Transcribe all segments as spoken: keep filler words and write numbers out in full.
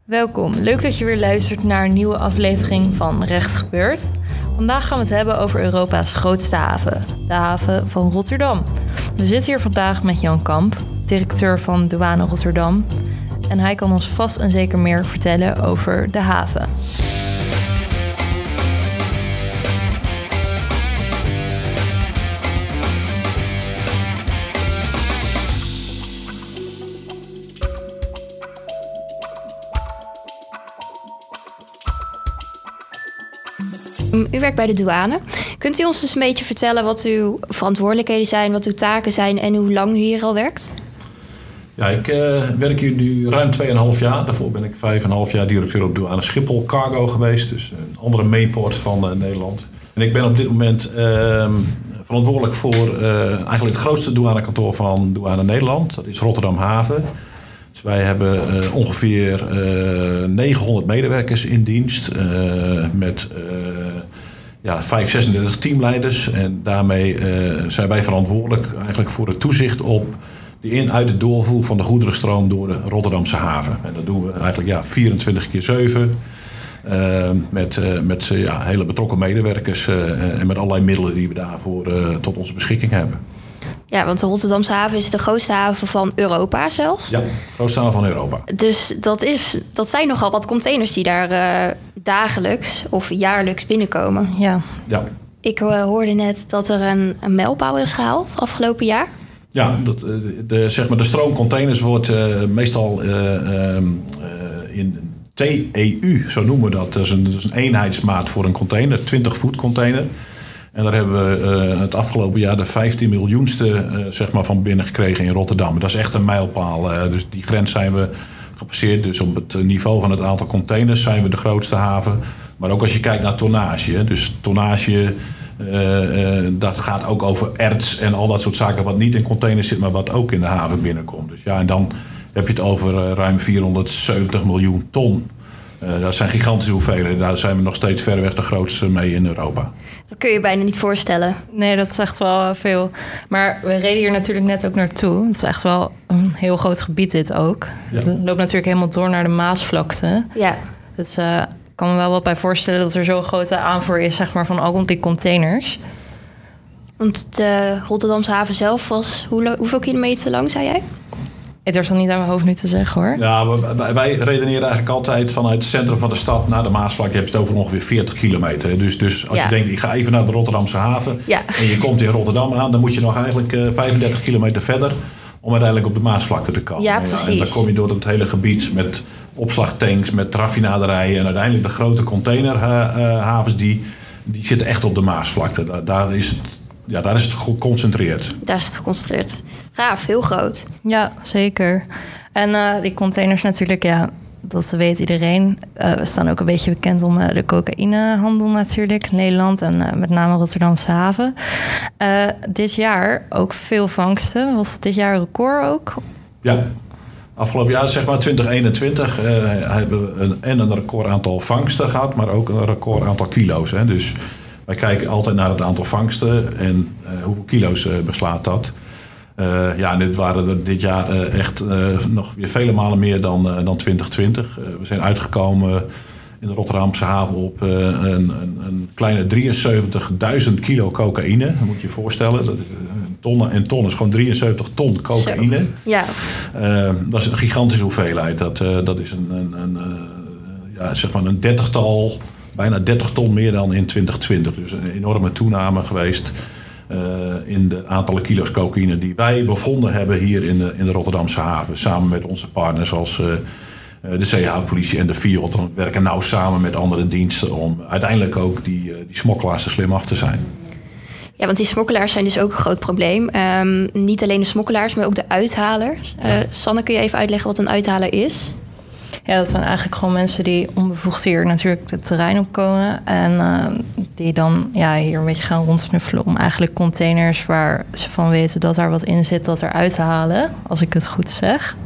Welkom, leuk dat je weer luistert naar een nieuwe aflevering van Recht Gebeurd. Vandaag gaan we het hebben over Europa's grootste haven, de haven van Rotterdam. We zitten hier vandaag met Jan Kamp, directeur van Douane Rotterdam. En hij kan ons vast en zeker meer vertellen over de haven. U werkt bij de douane. Kunt u ons dus een beetje vertellen wat uw verantwoordelijkheden zijn, wat uw taken zijn en hoe lang u hier al werkt? Ja, ik uh, werk hier nu ruim twee komma vijf jaar. Daarvoor ben ik vijf komma vijf jaar directeur op douane Schiphol Cargo geweest. Dus een andere mainport van uh, Nederland. En ik ben op dit moment uh, verantwoordelijk voor uh, eigenlijk het grootste douanekantoor van Douane Nederland. Dat is Rotterdam Haven. Dus wij hebben uh, ongeveer uh, negenhonderd medewerkers in dienst. Uh, met uh, ja, vijfhonderdzesendertig teamleiders. En daarmee uh, zijn wij verantwoordelijk eigenlijk voor het toezicht op de in- uit de doorvoer van de goederenstroom door de Rotterdamse haven. En dat doen we eigenlijk ja, vierentwintig keer zeven. Uh, met uh, met uh, ja, hele betrokken medewerkers uh, en met allerlei middelen die we daarvoor uh, tot onze beschikking hebben. Ja, want de Rotterdamse haven is de grootste haven van Europa zelfs. Ja, de grootste haven van Europa. Dus dat, is, dat zijn nogal wat containers die daar uh, dagelijks of jaarlijks binnenkomen. Ja. Ja. Ik uh, hoorde net dat er een, een mijlpaal is gehaald afgelopen jaar. Ja, dat, de, zeg maar de stroomcontainers wordt uh, meestal uh, uh, in T E U, zo noemen we dat. Dat is een, dat is een eenheidsmaat voor een container, twintig voet container. En daar hebben we uh, het afgelopen jaar de vijftien miljoenste uh, zeg maar van binnen gekregen in Rotterdam. Dat is echt een mijlpaal. Uh, dus die grens zijn we gepasseerd. Dus op het niveau van het aantal containers zijn we de grootste haven. Maar ook als je kijkt naar tonnage. Dus tonnage, uh, uh, dat gaat ook over erts en al dat soort zaken wat niet in containers zit, maar wat ook in de haven binnenkomt. Dus ja, en dan heb je het over uh, ruim vierhonderdzeventig miljoen ton. Uh, dat zijn gigantische hoeveelheden. Daar zijn we nog steeds verreweg de grootste mee in Europa. Dat kun je bijna niet voorstellen. Nee, dat is echt wel veel. Maar we reden hier natuurlijk net ook naartoe. Het is echt wel een heel groot gebied dit ook. Ja. Het loopt natuurlijk helemaal door naar de Maasvlakte. Ja. Dus uh, ik kan me wel wat bij voorstellen dat er zo'n grote aanvoer is, zeg maar, van al die containers. Want de Rotterdamse haven zelf was hoe, hoeveel kilometer lang, zei jij? Ik durf het niet aan mijn hoofd nu te zeggen, hoor. Ja, wij, wij redeneren eigenlijk altijd vanuit het centrum van de stad naar de Maasvlakte. Je hebt het over ongeveer veertig kilometer. Dus, dus als ja. je denkt, ik ga even naar de Rotterdamse haven ja. en je komt in Rotterdam aan, dan moet je nog eigenlijk uh, vijfendertig kilometer verder om uiteindelijk op de Maasvlakte te komen. Ja, precies. Ja, en dan kom je door het hele gebied met opslagtanks, met raffinaderijen en uiteindelijk de grote containerhavens uh, die, die zitten echt op de Maasvlakte. Daar, daar is het Ja, daar is het geconcentreerd. Daar is het geconcentreerd. Gaaf, heel groot. Ja, zeker. En uh, die containers natuurlijk, ja, dat weet iedereen. Uh, we staan ook een beetje bekend om uh, de cocaïnehandel natuurlijk in Nederland en uh, met name Rotterdamse haven. Uh, dit jaar ook veel vangsten. Was dit jaar een record ook? Ja. Afgelopen jaar, zeg maar twintig eenentwintig, uh, hebben we een, en een record aantal vangsten gehad, maar ook een record aantal kilo's. Hè. Dus wij kijken altijd naar het aantal vangsten en uh, hoeveel kilo's uh, beslaat dat. Uh, ja, en dit waren er dit jaar uh, echt uh, nog weer vele malen meer dan, uh, dan twintig twintig. Uh, we zijn uitgekomen in de Rotterdamse haven op uh, een, een, een kleine drieënzeventigduizend kilo cocaïne. Dat moet je je voorstellen. Dat is, een ton en ton is gewoon drieënzeventig ton cocaïne. Zo. Ja. Uh, dat is een gigantische hoeveelheid. Dat, uh, dat is een, een, een, uh, ja, zeg maar een dertigtal... Bijna dertig ton meer dan in twintig twintig. Dus een enorme toename geweest uh, in de aantallen kilo's cocaïne die wij bevonden hebben hier in de, in de Rotterdamse haven. Samen met onze partners als uh, de zeehavenpolitie en de Fiat. We werken nauw samen met andere diensten om uiteindelijk ook die, uh, die smokkelaars er slim af te zijn. Ja, want die smokkelaars zijn dus ook een groot probleem. Um, niet alleen de smokkelaars, maar ook de uithalers. Uh, Sanne, kun je even uitleggen wat een uithaler is? Ja, dat zijn eigenlijk gewoon mensen die onbevoegd hier natuurlijk het terrein opkomen. En uh, die dan ja, hier een beetje gaan rondsnuffelen om eigenlijk containers waar ze van weten dat daar wat in zit, dat eruit te halen. Als ik het goed zeg.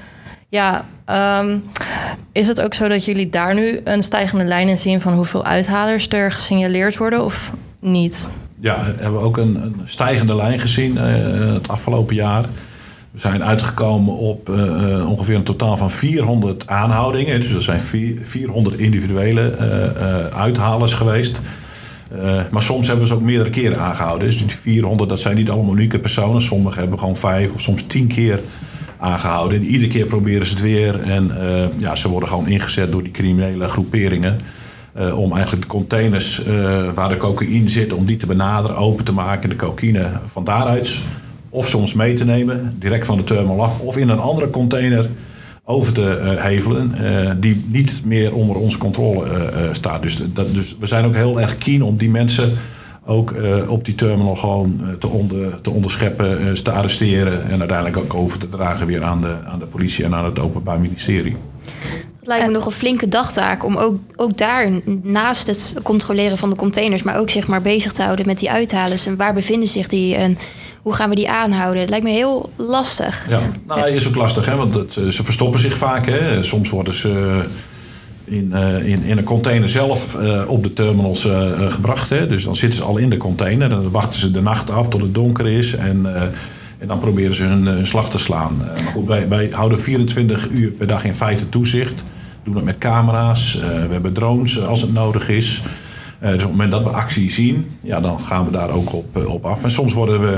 Ja, um, is het ook zo dat jullie daar nu een stijgende lijn in zien van hoeveel uithalers er gesignaleerd worden of niet? Ja, we hebben ook een, een stijgende lijn gezien uh, het afgelopen jaar. We zijn uitgekomen op uh, ongeveer een totaal van vierhonderd aanhoudingen. Dus er zijn vierhonderd individuele uh, uh, uithalers geweest. Uh, maar soms hebben we ze ook meerdere keren aangehouden. Dus die vierhonderd, dat zijn niet allemaal unieke personen. Sommigen hebben gewoon vijf of soms tien keer aangehouden. En iedere keer proberen ze het weer. En uh, ja, ze worden gewoon ingezet door die criminele groeperingen. Uh, om eigenlijk de containers uh, waar de cocaïne zit, om die te benaderen, open te maken. De cocaïne van daaruit of soms mee te nemen, direct van de terminal af. Of in een andere container over te uh, hevelen, uh, die niet meer onder onze controle uh, uh, staat. Dus, dat, dus we zijn ook heel erg keen om die mensen ook uh, op die terminal gewoon uh, te, onder, te onderscheppen, uh, te arresteren en uiteindelijk ook over te dragen weer aan de, aan de politie en aan het Openbaar Ministerie. Het lijkt me nog een flinke dagtaak om ook, ook daar naast het controleren van de containers, maar ook zeg maar bezig te houden met die uithalers en waar bevinden zich die en hoe gaan we die aanhouden? Het lijkt me heel lastig. Ja, nou, het is ook lastig, hè, want het, ze verstoppen zich vaak. Hè. Soms worden ze in, uh, in, in een container zelf uh, op de terminals uh, gebracht. Hè. Dus dan zitten ze al in de container en dan wachten ze de nacht af tot het donker is en, uh, en dan proberen ze hun, hun slag te slaan. Uh, maar goed, wij, wij houden vierentwintig uur per dag in feite toezicht. Doen het met camera's, uh, we hebben drones uh, als het nodig is. Uh, dus op het moment dat we actie zien, ja, dan gaan we daar ook op, uh, op af. En soms worden we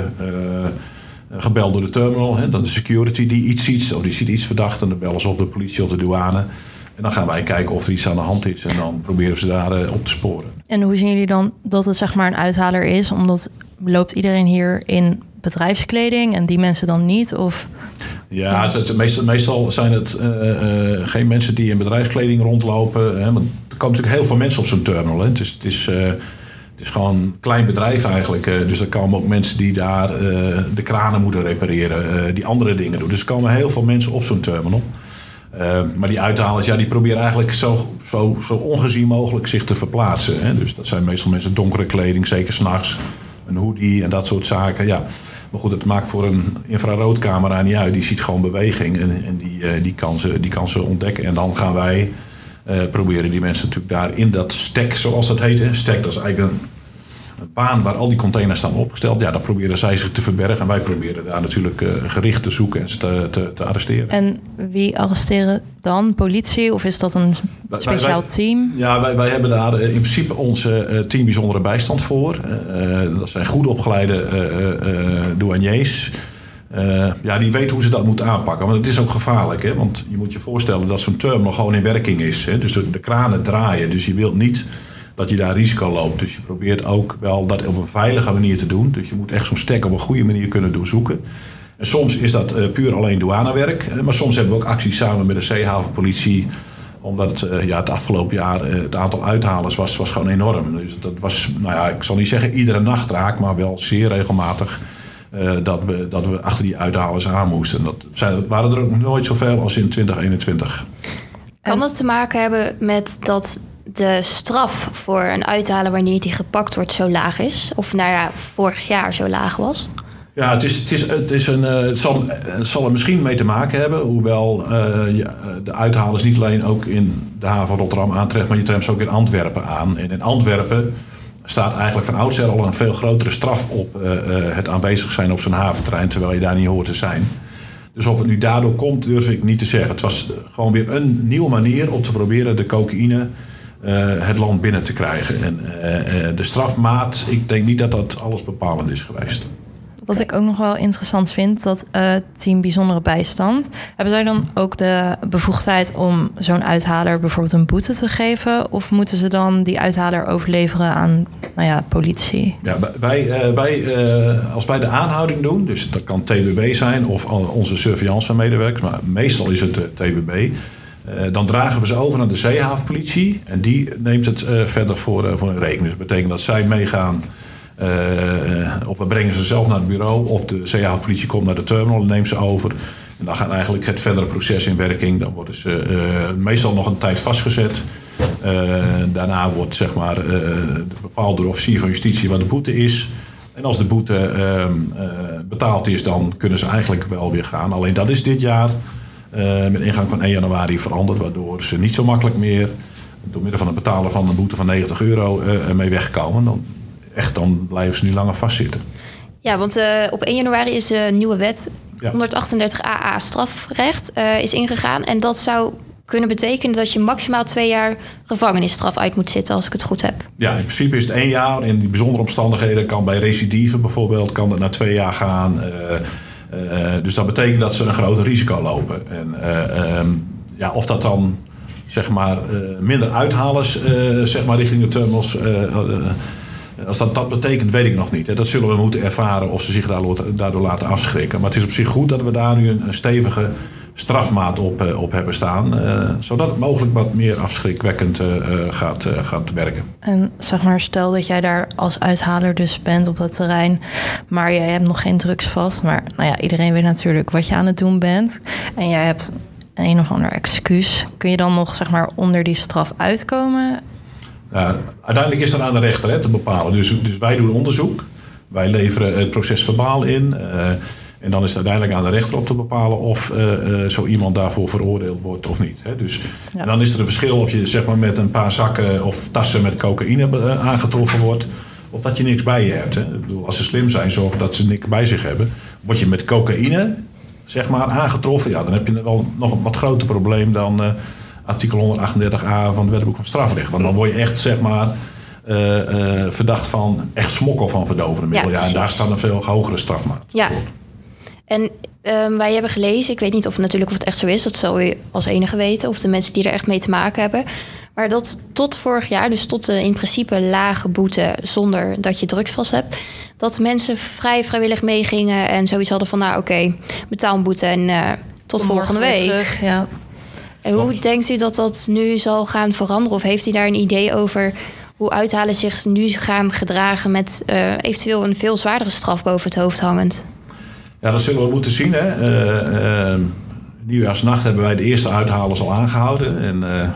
uh, gebeld door de terminal. Hè, dan de security die iets ziet, of die ziet iets verdacht. En dan bellen ze of de politie of de douane. En dan gaan wij kijken of er iets aan de hand is. En dan proberen we ze daar uh, op te sporen. En hoe zien jullie dan dat het zeg maar een uithaler is? Omdat loopt iedereen hier in bedrijfskleding en die mensen dan niet? Of... Ja, het, meestal, meestal zijn het uh, uh, geen mensen die in bedrijfskleding rondlopen. Hè, want er komen natuurlijk heel veel mensen op zo'n terminal. Hè. Het, is, het, is, uh, het is gewoon een klein bedrijf eigenlijk. Uh, dus er komen ook mensen die daar uh, de kranen moeten repareren. Uh, die andere dingen doen. Dus er komen heel veel mensen op zo'n terminal. Uh, maar die uithalers, ja, die proberen eigenlijk zo, zo, zo ongezien mogelijk zich te verplaatsen. Hè. Dus dat zijn meestal mensen donkere kleding, zeker 's nachts. Een hoodie en dat soort zaken, ja. Maar goed, het maakt voor een infraroodcamera niet uit. Die ziet gewoon beweging en, en die, uh, die, kan ze, die kan ze ontdekken. En dan gaan wij uh, proberen die mensen natuurlijk daar in dat stek, zoals dat heet. Hè. Stek, dat is eigenlijk een, een baan waar al die containers staan opgesteld. Ja, daar proberen zij zich te verbergen. En wij proberen daar natuurlijk uh, gericht te zoeken en ze te, te, te arresteren. En wie arresteren dan? Politie? Of is dat een speciaal wij, team? Ja, wij, wij hebben daar in principe onze uh, team bijzondere bijstand voor. Uh, dat zijn goed opgeleide uh, uh, douaniers. Uh, ja, die weten hoe ze dat moeten aanpakken. Want het is ook gevaarlijk. Hè? Want je moet je voorstellen dat zo'n terminal gewoon in werking is. Hè? Dus de, de kranen draaien. Dus je wilt niet dat je daar risico loopt. Dus je probeert ook wel dat op een veilige manier te doen. Dus je moet echt zo'n stek op een goede manier kunnen doorzoeken. En soms is dat uh, puur alleen douanewerk. Uh, maar soms hebben we ook acties samen met de zeehavenpolitie. Omdat het, uh, ja, het afgelopen jaar uh, het aantal uithalers was, was gewoon enorm. Dus dat was, nou ja, ik zal niet zeggen iedere nacht raak, maar wel zeer regelmatig. Uh, dat, we, dat we achter die uithalers aan moesten. Dat, zijn, dat waren er ook nooit zoveel als in twintig eenentwintig. Kan dat te maken hebben met dat de straf voor een uithaler wanneer die gepakt wordt zo laag is? Of nou ja, vorig jaar zo laag was? Ja, het, is, het, is, het, is een, uh, het, zal, het zal er misschien mee te maken hebben. Hoewel uh, ja, de uithalers niet alleen ook in de haven van Rotterdam aantreft, maar je treft ze ook in Antwerpen aan. En in Antwerpen staat eigenlijk van oudsher al een veel grotere straf op uh, uh, het aanwezig zijn op zo'n haventerrein, terwijl je daar niet hoort te zijn. Dus of het nu daardoor komt, durf ik niet te zeggen. Het was gewoon weer een nieuwe manier om te proberen de cocaïne uh, het land binnen te krijgen. En uh, uh, de strafmaat, ik denk niet dat dat alles bepalend is geweest. Wat ik ook nog wel interessant vind, dat uh, team bijzondere bijstand. Hebben zij dan ook de bevoegdheid om zo'n uithaler bijvoorbeeld een boete te geven? Of moeten ze dan die uithaler overleveren aan, nou ja, politie? Ja, wij, uh, wij, uh, als wij de aanhouding doen, dus dat kan T B B zijn of onze surveillance-medewerkers, maar meestal is het de T B B. Uh, dan dragen we ze over naar de zeehavenpolitie en die neemt het uh, verder voor, uh, voor een rekening. Dus dat betekent dat zij meegaan. Uh, of we brengen ze zelf naar het bureau, of de zeehavenpolitie komt naar de terminal en neemt ze over. En dan gaat eigenlijk het verdere proces in werking. Dan worden ze uh, meestal nog een tijd vastgezet. Uh, daarna wordt zeg maar, uh, bepaald door de officier van justitie wat de boete is. En als de boete uh, uh, betaald is, dan kunnen ze eigenlijk wel weer gaan. Alleen dat is dit jaar uh, met ingang van één januari veranderd, waardoor ze niet zo makkelijk meer door middel van het betalen van een boete van negentig euro uh, mee wegkomen. Dan, Echt, dan blijven ze niet langer vastzitten. Ja, want uh, op één januari is een nieuwe wet Ja. honderdachtendertig A A strafrecht uh, is ingegaan. En dat zou kunnen betekenen dat je maximaal twee jaar gevangenisstraf uit moet zitten, als ik het goed heb. Ja, in principe is het één jaar. In die bijzondere omstandigheden kan bij recidive bijvoorbeeld kan het naar twee jaar gaan. Uh, uh, dus dat betekent dat ze een groter risico lopen. En uh, um, ja, of dat dan zeg maar uh, minder uithalers uh, zeg maar richting de terminals. Uh, uh, Als dat dat betekent, weet ik nog niet. Hè. Dat zullen we moeten ervaren of ze zich daardoor laten afschrikken. Maar het is op zich goed dat we daar nu een stevige strafmaat op, uh, op hebben staan. Uh, zodat het mogelijk wat meer afschrikwekkend uh, gaat, uh, gaat werken. En zeg maar, stel dat jij daar als uithaler dus bent op dat terrein. Maar jij hebt nog geen drugs vast. Maar nou ja, iedereen weet natuurlijk wat je aan het doen bent. En jij hebt een of ander excuus. Kun je dan nog zeg maar onder die straf uitkomen? Uh, uiteindelijk is dat aan de rechter hè, te bepalen. Dus, dus wij doen onderzoek. Wij leveren het proces verbaal in. Uh, en dan is het uiteindelijk aan de rechter om te bepalen of uh, uh, zo iemand daarvoor veroordeeld wordt of niet. Hè. Dus, ja. En dan is er een verschil of je zeg maar, met een paar zakken of tassen met cocaïne uh, aangetroffen wordt. Of dat je niks bij je hebt. Hè. Ik bedoel, als ze slim zijn, zorgen dat ze niks bij zich hebben. Word je met cocaïne zeg maar, aangetroffen, ja, dan heb je wel nog een wat groter probleem dan Uh, artikel honderdachtendertig A van het Wetboek van Strafrecht. Want dan word je echt, zeg maar, uh, uh, verdacht van echt smokkel van verdovende middelen. Ja, ja, en daar staat een veel hogere strafmaat. Ja. En um, wij hebben gelezen, ik weet niet of, natuurlijk of het echt zo is, dat zal je als enige weten, of de mensen die er echt mee te maken hebben. Maar dat tot vorig jaar, dus tot de in principe lage boete zonder dat je drugs vast hebt, dat mensen vrij vrijwillig meegingen en zoiets hadden van, nou oké, okay, betaal een boete en uh, tot Kom volgende week. Terug, ja. En hoe Klopt. denkt u dat dat nu zal gaan veranderen? Of heeft u daar een idee over hoe uithalers zich nu gaan gedragen met uh, eventueel een veel zwaardere straf boven het hoofd hangend? Ja, dat zullen we moeten zien. Hè. Uh, uh, nieuwjaarsnacht hebben wij de eerste uithalers al aangehouden. En uh,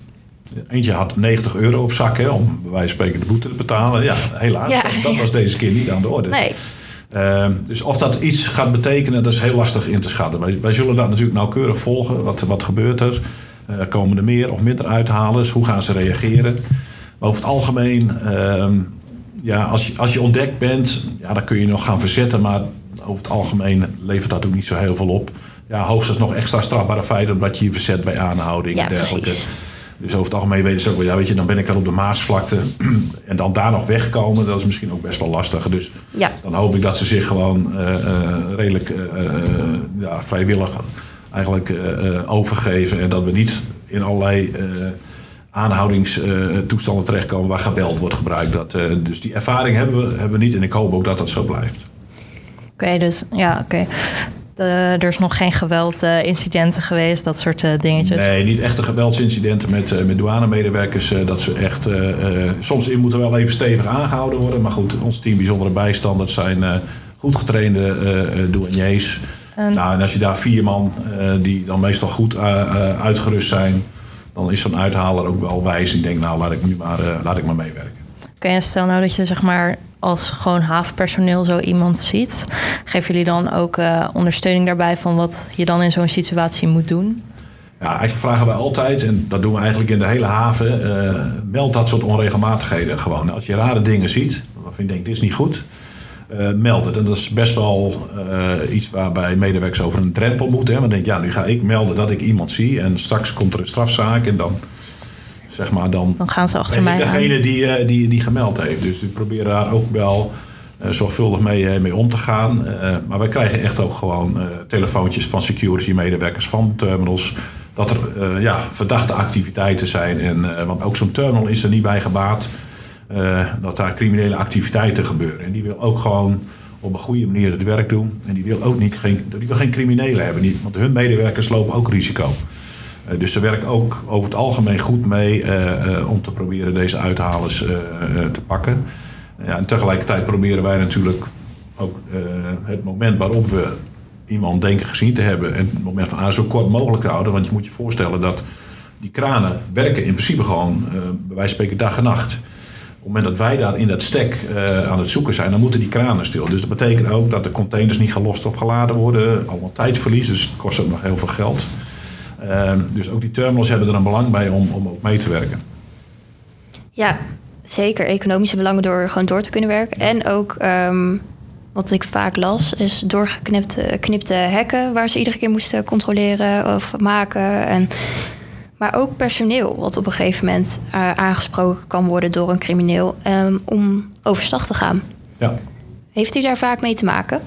eentje had negentig euro op zak hè, om bij wijze van spreken de boete te betalen. Ja, helaas. Ja, dat ja. was deze keer niet aan de orde. Nee. Uh, dus of dat iets gaat betekenen, dat is heel lastig in te schatten. Wij, wij zullen dat natuurlijk nauwkeurig volgen. Wat, wat gebeurt er? Uh, komen er meer of minder uithalers? Hoe gaan ze reageren? Maar over het algemeen, uh, ja, als, je, als je ontdekt bent, ja, dan kun je nog gaan verzetten. Maar over het algemeen levert dat ook niet zo heel veel op. Ja, hoogstens nog extra strafbare feiten omdat je je verzet bij aanhouding en ja, dergelijke. Precies. Dus over het algemeen weten ze ook wel, ja, weet je, dan ben ik al op de Maasvlakte. En dan daar nog wegkomen, dat is misschien ook best wel lastig. Dus ja. dan hoop ik dat ze zich gewoon uh, uh, redelijk uh, uh, ja, vrijwillig eigenlijk uh, uh, overgeven. En dat we niet in allerlei uh, aanhoudingstoestanden uh, terechtkomen waar geweld wordt gebruikt. Dat, uh, dus die ervaring hebben we, hebben we niet en ik hoop ook dat dat zo blijft. Oké, okay, dus ja, oké. Okay. Uh, er is nog geen geweldincidenten uh, geweest, dat soort uh, dingetjes? Nee, niet echte geweldsincidenten met, uh, met douanemedewerkers. Uh, dat ze echt, uh, uh, soms moeten wel even stevig aangehouden worden. Maar goed, ons team bijzondere bijstanders zijn uh, goed getrainde uh, douaniers. En... Nou, en als je daar vier man, uh, die dan meestal goed uh, uh, uitgerust zijn, dan is zo'n uithaler ook wel wijs. Ik denk, nou, laat ik nu maar, uh, laat ik maar meewerken. Oké, okay, en stel nou dat je zeg maar als gewoon havenpersoneel zo iemand ziet, geven jullie dan ook uh, ondersteuning daarbij van wat je dan in zo'n situatie moet doen? Ja, eigenlijk vragen wij altijd, en dat doen we eigenlijk in de hele haven, uh, meld dat soort onregelmatigheden gewoon. Als je rare dingen ziet, waarvan je denkt, dit is niet goed, uh, meld het. En dat is best wel uh, iets waarbij medewerkers over een drempel moeten. Hè. Dan denk je, ja, nu ga ik melden dat ik iemand zie en straks komt er een strafzaak en dan... Zeg maar, dan, dan gaan ze achter mij aan. Degene die, die, die gemeld heeft. Dus we proberen daar ook wel uh, zorgvuldig mee, mee om te gaan. Uh, maar wij krijgen echt ook gewoon uh, telefoontjes van security medewerkers van terminals. Dat er uh, ja, verdachte activiteiten zijn. En, uh, want ook zo'n terminal is er niet bij gebaat uh, dat daar criminele activiteiten gebeuren. En die wil ook gewoon op een goede manier het werk doen. En die wil ook niet, geen, die wil geen criminelen hebben. Niet, want hun medewerkers lopen ook risico. Uh, dus ze werken ook over het algemeen goed mee uh, uh, om te proberen deze uithalers uh, uh, te pakken. Uh, ja, en tegelijkertijd proberen wij natuurlijk ook uh, het moment waarop we iemand denken gezien te hebben en het moment van aan zo kort mogelijk te houden. Want je moet je voorstellen dat die kranen werken in principe gewoon uh, bij wijze van spreken dag en nacht. Op het moment dat wij daar in dat stek uh, aan het zoeken zijn, dan moeten die kranen stil. Dus dat betekent ook dat de containers niet gelost of geladen worden. Allemaal tijdverlies, dus het kost ook nog heel veel geld. Uh, dus ook die terminals hebben er een belang bij om, om ook mee te werken. Ja, zeker. Economische belangen door gewoon door te kunnen werken. En ook um, wat ik vaak las, is doorgeknipte knipte hekken waar ze iedere keer moesten controleren of maken. En, maar ook personeel, wat op een gegeven moment uh, aangesproken kan worden door een crimineel um, om overstag te gaan. Ja. Heeft u daar vaak mee te maken?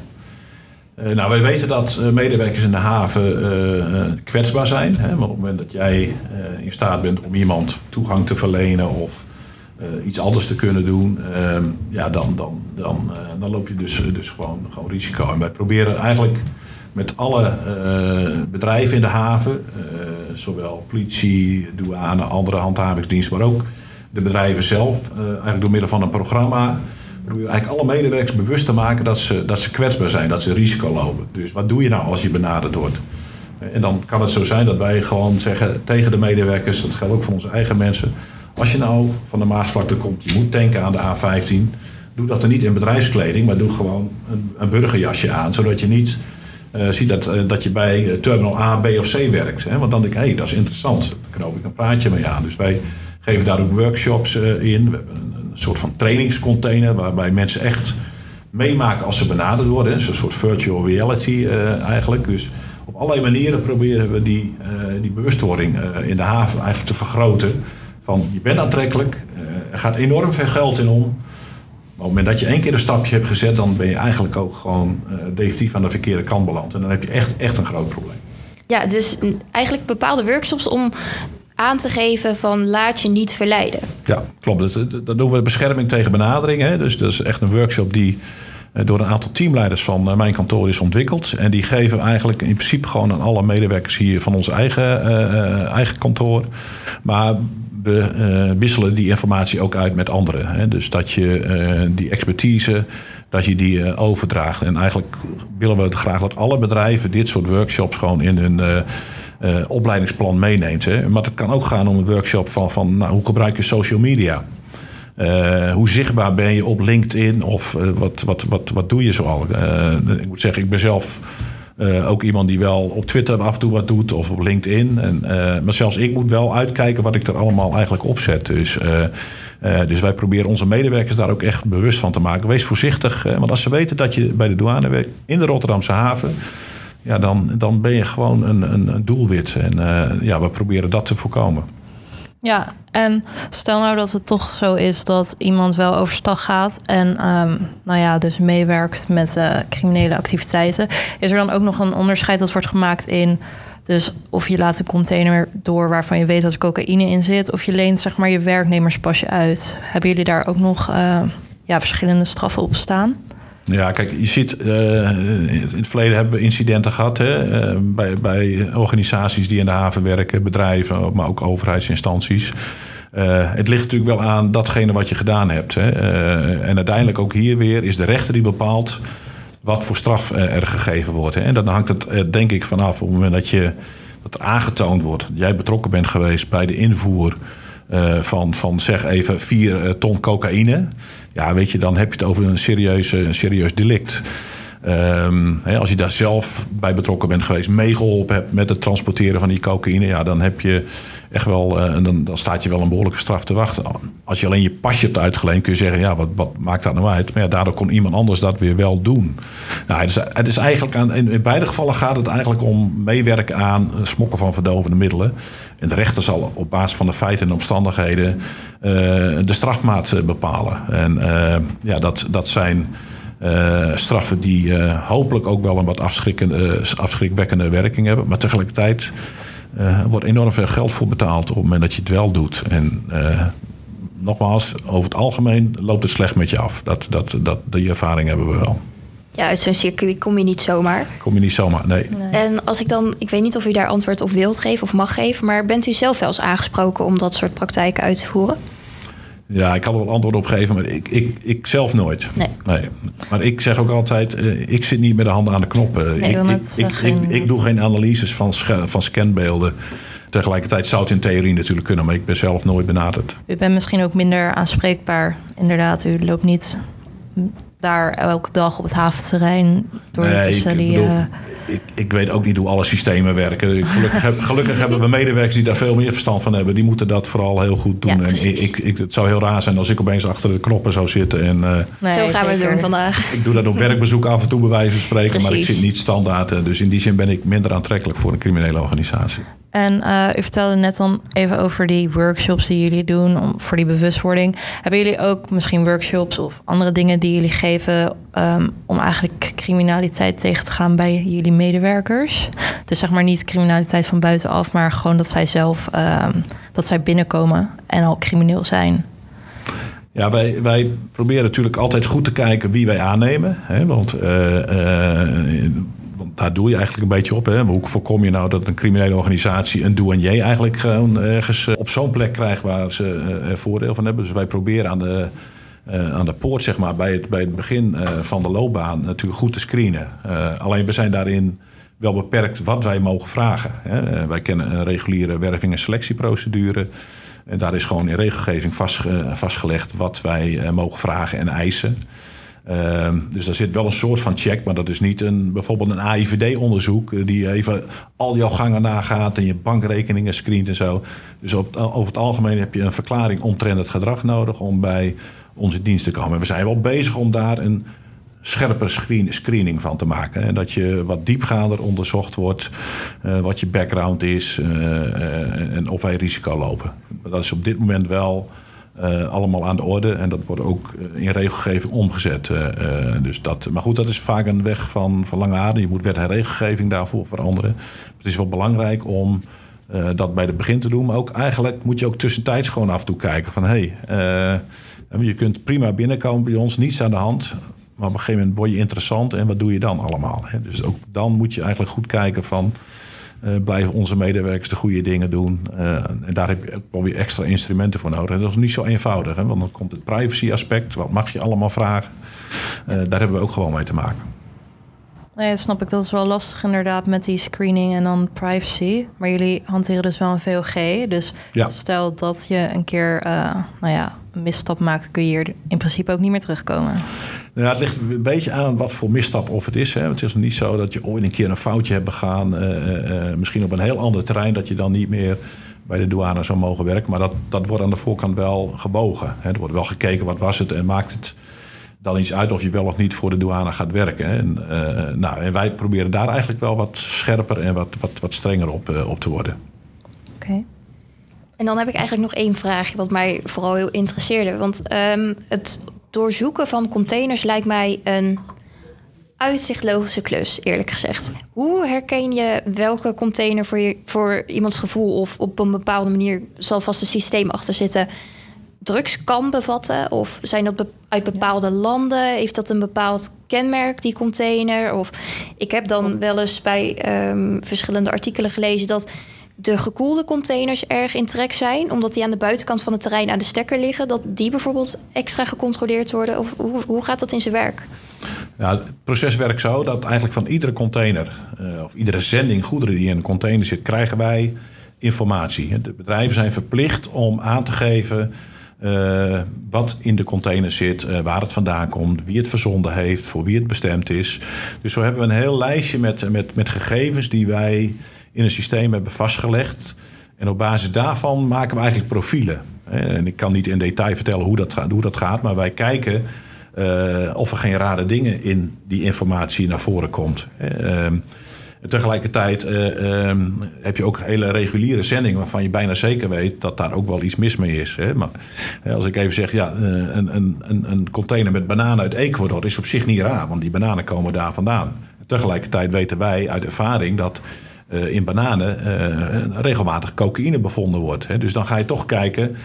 Uh, nou, wij weten dat uh, medewerkers in de haven uh, uh, kwetsbaar zijn. Hè? Want op het moment dat jij uh, in staat bent om iemand toegang te verlenen of uh, iets anders te kunnen doen, uh, ja, dan, dan, dan, uh, dan loop je dus, dus gewoon, gewoon risico. En wij proberen eigenlijk met alle uh, bedrijven in de haven, uh, zowel politie, douane, andere handhavingsdiensten, maar ook de bedrijven zelf, uh, eigenlijk door middel van een programma, proberen eigenlijk alle medewerkers bewust te maken dat ze, dat ze kwetsbaar zijn, dat ze risico lopen. Dus wat doe je nou als je benaderd wordt? En dan kan het zo zijn dat wij gewoon zeggen tegen de medewerkers, dat geldt ook voor onze eigen mensen, als je nou van de Maasvlakte komt, je moet denken aan de A vijftien, doe dat er niet in bedrijfskleding, maar doe gewoon een, een burgerjasje aan, zodat je niet uh, ziet dat, uh, dat je bij terminal A, B of C werkt. Hè? Want dan denk ik, hé, hey, dat is interessant, daar knoop ik een praatje mee aan. Dus wij geven daar ook workshops uh, in. We hebben een, een soort van trainingscontainer waarbij mensen echt meemaken als ze benaderd worden. Het is een soort virtual reality uh, eigenlijk. Dus op allerlei manieren proberen we die, uh, die bewustwording uh, in de haven eigenlijk te vergroten. Van je bent aantrekkelijk, uh, er gaat enorm veel geld in om. Maar op het moment dat je één keer een stapje hebt gezet, dan ben je eigenlijk ook gewoon uh, definitief aan de verkeerde kant beland. En dan heb je echt, echt een groot probleem. Ja, dus eigenlijk bepaalde workshops om aan te geven van laat je niet verleiden. Ja, klopt. Dat, dat doen we bescherming tegen benadering. Hè. Dus dat is echt een workshop die door een aantal teamleiders van mijn kantoor is ontwikkeld. En die geven eigenlijk in principe gewoon aan alle medewerkers hier van ons eigen, uh, eigen kantoor. Maar we uh, wisselen die informatie ook uit met anderen. Hè. Dus dat je uh, die expertise, dat je die uh, overdraagt. En eigenlijk willen we graag dat alle bedrijven dit soort workshops gewoon in hun Uh, Uh, opleidingsplan meeneemt. Hè. Maar het kan ook gaan om een workshop van, van nou, hoe gebruik je social media? Uh, hoe zichtbaar ben je op LinkedIn? Of uh, wat, wat, wat, wat doe je zoal? Uh, ik moet zeggen, ik ben zelf uh, ook iemand die wel op Twitter af en toe wat doet. Of op LinkedIn. En, uh, maar zelfs ik moet wel uitkijken wat ik er allemaal eigenlijk opzet. Dus, uh, uh, dus wij proberen onze medewerkers daar ook echt bewust van te maken. Wees voorzichtig. Uh, want als ze weten dat je bij de douane werkt in de Rotterdamse haven, ja, dan, dan ben je gewoon een, een, een doelwit. En uh, ja, we proberen dat te voorkomen. Ja, en stel nou dat het toch zo is dat iemand wel overstag gaat en um, nou ja, dus meewerkt met uh, criminele activiteiten. Is er dan ook nog een onderscheid dat wordt gemaakt in, dus of je laat een container door waarvan je weet dat er cocaïne in zit, of je leent zeg maar je werknemerspasje uit. Hebben jullie daar ook nog uh, ja, verschillende straffen op staan? Ja, kijk, je ziet, uh, in het verleden hebben we incidenten gehad hè, uh, bij, bij organisaties die in de haven werken, bedrijven, maar ook overheidsinstanties. Uh, het ligt natuurlijk wel aan datgene wat je gedaan hebt. Hè. Uh, en uiteindelijk ook hier weer is de rechter die bepaalt wat voor straf uh, er gegeven wordt. Hè. En dan hangt het uh, denk ik vanaf op het moment dat je dat aangetoond wordt. Dat jij betrokken bent geweest bij de invoer Uh, van, van zeg even vier uh, ton cocaïne. Ja, weet je, dan heb je het over een serieus, uh, serieus delict. Um, hè, als je daar zelf bij betrokken bent geweest, meegeholpen hebt met het transporteren van die cocaïne, ja, dan heb je echt wel, uh, dan, dan staat je wel een behoorlijke straf te wachten. Als je alleen je pasje hebt uitgeleend, kun je zeggen, ja, wat, wat maakt dat nou uit? Maar ja, daardoor kon iemand anders dat weer wel doen. Nou, het is, het is eigenlijk aan, in, in beide gevallen gaat het eigenlijk om meewerken aan smokken van verdovende middelen. En de rechter zal op basis van de feiten en omstandigheden uh, de strafmaat bepalen. En uh, ja, dat, dat zijn Uh, straffen die uh, hopelijk ook wel een wat afschrikkende, afschrikwekkende werking hebben. Maar tegelijkertijd uh, wordt enorm veel geld voor betaald op het moment dat je het wel doet. En uh, nogmaals, over het algemeen loopt het slecht met je af. Dat, dat, dat, die ervaring hebben we wel. Ja, uit zo'n circuit kom je niet zomaar. Kom je niet zomaar, nee. nee. En als ik dan, ik weet niet of u daar antwoord op wilt geven of mag geven, maar bent u zelf wel eens aangesproken om dat soort praktijken uit te voeren? Ja, ik kan er wel antwoord op geven, maar ik, ik, ik zelf nooit. Nee. nee. Maar ik zeg ook altijd, uh, ik zit niet met de handen aan de knoppen. Nee, ik, ik, ik, geen... ik, ik doe geen analyses van, sch- van scanbeelden. Tegelijkertijd zou het in theorie natuurlijk kunnen, maar ik ben zelf nooit benaderd. U bent misschien ook minder aanspreekbaar. Inderdaad, u loopt niet daar elke dag op het haventerrein door nee, tussen ik, die... bedoel, Uh... ik, ik weet ook niet hoe alle systemen werken. Gelukkig, heb, gelukkig hebben we medewerkers die daar veel meer verstand van hebben. Die moeten dat vooral heel goed doen. Ja, en ik, ik, het zou heel raar zijn als ik opeens achter de knoppen zou zitten. En, uh, nee, Zo gaan we het doen vandaag. Ik doe dat op werkbezoek af en toe bij wijze van spreken. Precies. Maar ik zit niet standaard. Dus in die zin ben ik minder aantrekkelijk voor een criminele organisatie. En uh, u vertelde net dan even over die workshops die jullie doen om, voor die bewustwording. Hebben jullie ook misschien workshops of andere dingen die jullie geven um, om eigenlijk criminaliteit tegen te gaan bij jullie medewerkers? Dus zeg maar niet criminaliteit van buitenaf, maar gewoon dat zij zelf um, dat zij binnenkomen en al crimineel zijn. Ja, wij, wij proberen natuurlijk altijd goed te kijken wie wij aannemen. Hè, want uh, uh, daar doe je eigenlijk een beetje op. Hè. Hoe voorkom je nou dat een criminele organisatie een douanier eigenlijk gewoon ergens op zo'n plek krijgt waar ze er voordeel van hebben. Dus wij proberen aan de, uh, aan de poort, zeg maar, bij het, bij het begin uh, van de loopbaan natuurlijk goed te screenen. Uh, alleen we zijn daarin wel beperkt wat wij mogen vragen. Hè. Uh, wij kennen een reguliere werving- en selectieprocedure. En daar is gewoon in regelgeving vast, uh, vastgelegd wat wij uh, mogen vragen en eisen. Uh, dus daar zit wel een soort van check, maar dat is niet een, bijvoorbeeld een A I V D-onderzoek uh, die even al jouw gangen nagaat en je bankrekeningen screent en zo. Dus over, over het algemeen heb je een verklaring omtrent het gedrag nodig om bij onze dienst te komen. En we zijn wel bezig om daar een scherper screen, screening van te maken. En dat je wat diepgaander onderzocht wordt, uh, wat je background is uh, uh, en of wij risico lopen. Dat is op dit moment wel Uh, allemaal aan de orde. En dat wordt ook uh, in regelgeving omgezet. Uh, uh, dus dat, maar goed, dat is vaak een weg van, van lange adem. Je moet wet en regelgeving daarvoor veranderen. Het is wel belangrijk om uh, dat bij het begin te doen. Maar ook eigenlijk moet je ook tussentijds gewoon af en toe kijken van hé, hey, uh, je kunt prima binnenkomen bij ons, niets aan de hand. Maar op een gegeven moment word je interessant en wat doe je dan allemaal? Hè? Dus ook dan moet je eigenlijk goed kijken van Uh, blijven onze medewerkers de goede dingen doen. Uh, en daar heb je ook wel weer extra instrumenten voor nodig. En dat is niet zo eenvoudig. Hè? Want dan komt het privacy aspect. Wat mag je allemaal vragen? Uh, daar hebben we ook gewoon mee te maken. Nee, dat snap ik. Dat is wel lastig inderdaad met die screening en dan privacy. Maar jullie hanteren dus wel een V O G. Dus ja. Stel dat je een keer uh, nou ja, een misstap maakt, kun je hier in principe ook niet meer terugkomen. Nou, het ligt een beetje aan wat voor misstap of het is. Hè. Het is niet zo dat je ooit een keer een foutje hebt begaan. Uh, uh, misschien op een heel ander terrein dat je dan niet meer bij de douane zou mogen werken. Maar dat, dat wordt aan de voorkant wel gewogen. Hè. Er wordt wel gekeken wat was het en maakt het dan iets uit of je wel of niet voor de douane gaat werken. En, uh, nou, en wij proberen daar eigenlijk wel wat scherper en wat, wat, wat strenger op, uh, op te worden. Oké. Okay. En dan heb ik eigenlijk nog één vraagje wat mij vooral heel interesseerde. Want um, het doorzoeken van containers lijkt mij een uitzichtloze klus, eerlijk gezegd. Hoe herken je welke container voor, je, voor iemands gevoel of op een bepaalde manier zal vast een systeem achter zitten drugs kan bevatten? Of zijn dat be- uit bepaalde landen? Heeft dat een bepaald kenmerk, die container? Of ik heb dan wel eens bij um, verschillende artikelen gelezen dat de gekoelde containers erg in trek zijn, omdat die aan de buitenkant van het terrein aan de stekker liggen, dat die bijvoorbeeld extra gecontroleerd worden? Of hoe, hoe gaat dat in zijn werk? Ja, het proces werkt zo dat eigenlijk van iedere container, uh, of iedere zending goederen die in een container zit, krijgen wij informatie. De bedrijven zijn verplicht om aan te geven Uh, wat in de container zit, uh, waar het vandaan komt, wie het verzonden heeft, voor wie het bestemd is. Dus zo hebben we een heel lijstje met, met, met gegevens die wij in een systeem hebben vastgelegd. En op basis daarvan maken we eigenlijk profielen. En ik kan niet in detail vertellen hoe dat, hoe dat gaat, maar wij kijken uh, of er geen rare dingen in die informatie naar voren komt. Uh, En tegelijkertijd uh, um, heb je ook hele reguliere zendingen waarvan je bijna zeker weet dat daar ook wel iets mis mee is. Hè? Maar als ik even zeg, ja, een, een, een container met bananen uit Ecuador is op zich niet raar, want die bananen komen daar vandaan. En tegelijkertijd weten wij uit ervaring dat uh, in bananen uh, regelmatig cocaïne bevonden wordt. Hè? Dus dan ga je toch kijken,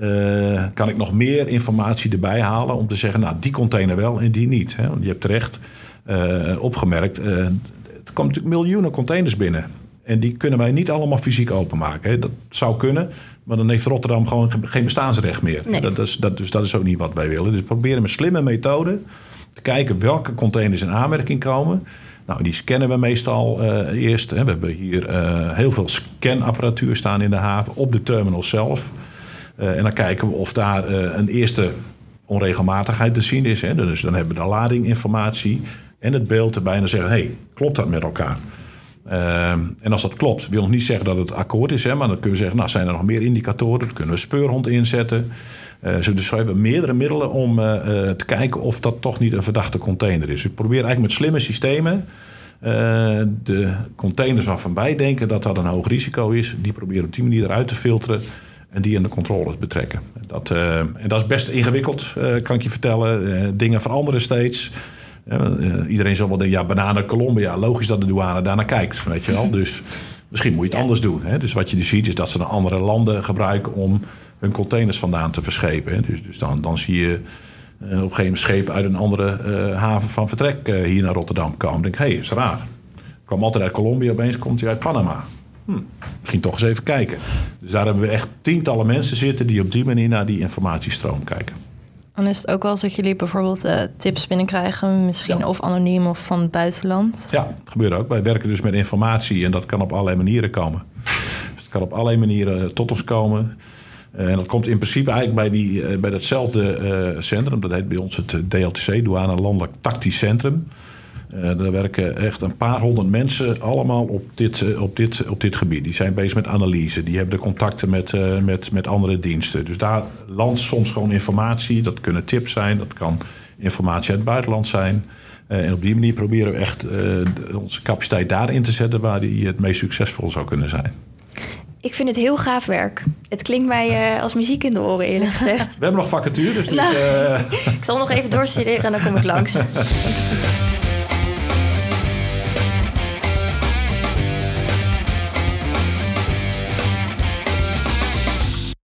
uh, kan ik nog meer informatie erbij halen om te zeggen, nou, die container wel en die niet. Hè? Want je hebt terecht uh, opgemerkt, uh, er komen natuurlijk miljoenen containers binnen. En die kunnen wij niet allemaal fysiek openmaken. Hè. Dat zou kunnen, maar dan heeft Rotterdam gewoon geen bestaansrecht meer. Nee. Dat is, dat, dus dat is ook niet wat wij willen. Dus we proberen met slimme methoden te kijken welke containers in aanmerking komen. Nou, die scannen we meestal uh, eerst. Hè. We hebben hier uh, heel veel scanapparatuur staan in de haven op de terminal zelf. Uh, en dan kijken we of daar uh, een eerste onregelmatigheid te zien is. Hè. Dus dan hebben we de ladinginformatie en het beeld erbij. En dan zeggen, hé, hey, klopt dat met elkaar? Uh, en als dat klopt, wil nog niet zeggen dat het akkoord is. Hè, maar dan kunnen we zeggen, nou, zijn er nog meer indicatoren? Dan kunnen we een speurhond inzetten. Uh, dus we hebben meerdere middelen om uh, uh, te kijken of dat toch niet een verdachte container is. Ik probeer eigenlijk met slimme systemen uh, de containers waarvan wij denken dat dat een hoog risico is, die proberen op die manier eruit te filteren en die in de controles betrekken. Dat, uh, en dat is best ingewikkeld, uh, kan ik je vertellen. Uh, dingen veranderen steeds. Uh, iedereen zal wel denken, ja, bananen, Colombia, logisch dat de douane daarnaar kijkt, weet je wel. Dus misschien moet je het anders doen. Hè? Dus wat je dus ziet is dat ze naar andere landen gebruiken om hun containers vandaan te verschepen. Hè? Dus, dus dan, dan zie je uh, op een gegeven moment schepen uit een andere uh, haven van vertrek uh, hier naar Rotterdam komen. Dan denk ik, hé, hey, is raar. Kwam altijd uit Colombia, opeens komt hij uit Panama. Hm, misschien toch eens even kijken. Dus daar hebben we echt tientallen mensen zitten die op die manier naar die informatiestroom kijken. Dan is het ook wel eens dat jullie bijvoorbeeld uh, tips binnenkrijgen, misschien ja. of anoniem of van het buitenland? Ja, dat gebeurt ook. Wij werken dus met informatie en dat kan op allerlei manieren komen. Dus het kan op allerlei manieren tot ons komen. Uh, en dat komt in principe eigenlijk bij, die, uh, bij datzelfde uh, centrum. Dat heet bij ons het D L T C, Douane Landelijk Tactisch Centrum. Uh, daar werken echt een paar honderd mensen allemaal op dit, uh, op, dit, op dit gebied. Die zijn bezig met analyse. Die hebben de contacten met, uh, met, met andere diensten. Dus daar landt soms gewoon informatie. Dat kunnen tips zijn. Dat kan informatie uit het buitenland zijn. Uh, en op die manier proberen we echt uh, onze capaciteit daarin te zetten waar die het meest succesvol zou kunnen zijn. Ik vind het heel gaaf werk. Het klinkt mij uh, als muziek in de oren, eerlijk gezegd. We hebben nog vacatures. Dus nou, uh... ik zal nog even doorstuderen en dan kom ik langs.